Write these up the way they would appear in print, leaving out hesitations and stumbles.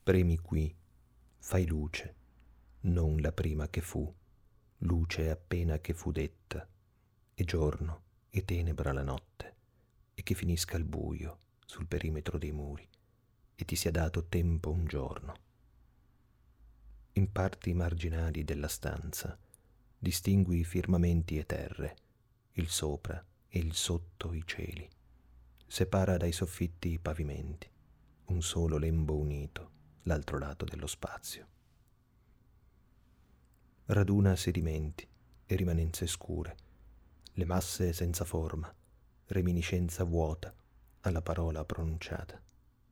Premi qui, fai luce, non la prima che fu, luce appena che fu detta, e giorno e tenebra la notte, e che finisca il buio sul perimetro dei muri, e ti sia dato tempo un giorno. In parti marginali della stanza distingui i firmamenti e terre, il sopra e il sotto i cieli. Separa dai soffitti i pavimenti, un solo lembo unito, l'altro lato dello spazio. Raduna sedimenti e rimanenze scure, le masse senza forma, reminiscenza vuota alla parola pronunciata.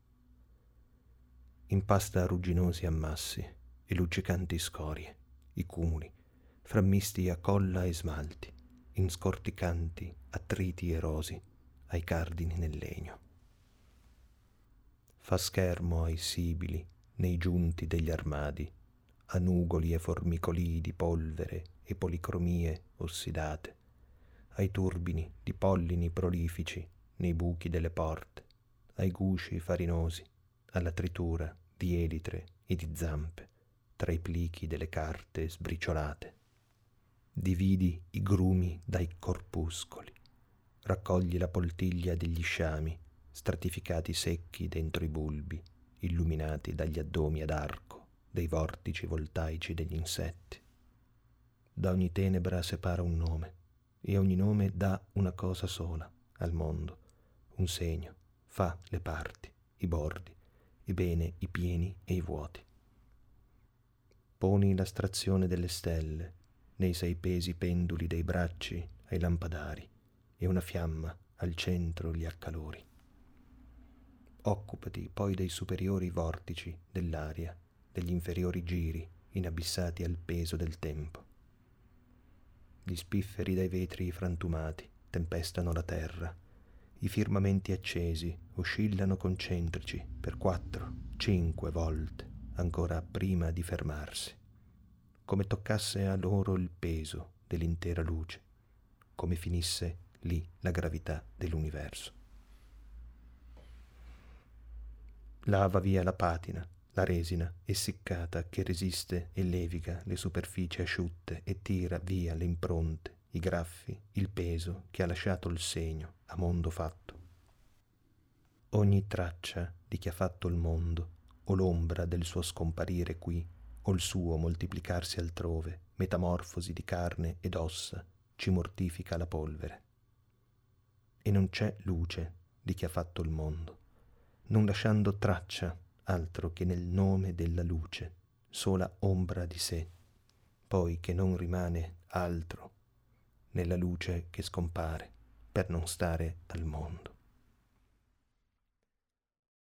Impasta rugginosi ammassi e luccicanti scorie, i cumuli, frammisti a colla e smalti, in scorticanti attriti erosi ai cardini nel legno. Fa schermo ai sibili nei giunti degli armadi, a nugoli e formicolii di polvere e policromie ossidate, ai turbini di pollini prolifici nei buchi delle porte, ai gusci farinosi, alla tritura di elitre e di zampe tra i plichi delle carte sbriciolate. Dividi i grumi dai corpuscoli, raccogli la poltiglia degli sciami stratificati secchi dentro i bulbi, illuminati dagli addomi ad arco dei vortici voltaici degli insetti. Da ogni tenebra separa un nome, e ogni nome dà una cosa sola al mondo, un segno, fa le parti, i bordi, e bene i pieni e i vuoti. Poni l'astrazione delle stelle nei 6 pesi penduli dei bracci ai lampadari, e una fiamma al centro li accalori. Occupati poi dei superiori vortici dell'aria, degli inferiori giri inabissati al peso del tempo. Gli spifferi dai vetri frantumati tempestano la terra, i firmamenti accesi oscillano concentrici per 4, 5 volte ancora prima di fermarsi, come toccasse a loro il peso dell'intera luce, come finisse lì la gravità dell'universo. Lava via la patina, la resina essiccata che resiste e leviga le superfici asciutte e tira via le impronte, i graffi, il peso che ha lasciato il segno a mondo fatto. Ogni traccia di chi ha fatto il mondo, o l'ombra del suo scomparire qui, o il suo moltiplicarsi altrove, metamorfosi di carne ed ossa, ci mortifica la polvere. E non c'è luce di chi ha fatto il mondo, non lasciando traccia altro che nel nome della luce, sola ombra di sé, poi che non rimane altro nella luce che scompare per non stare al mondo.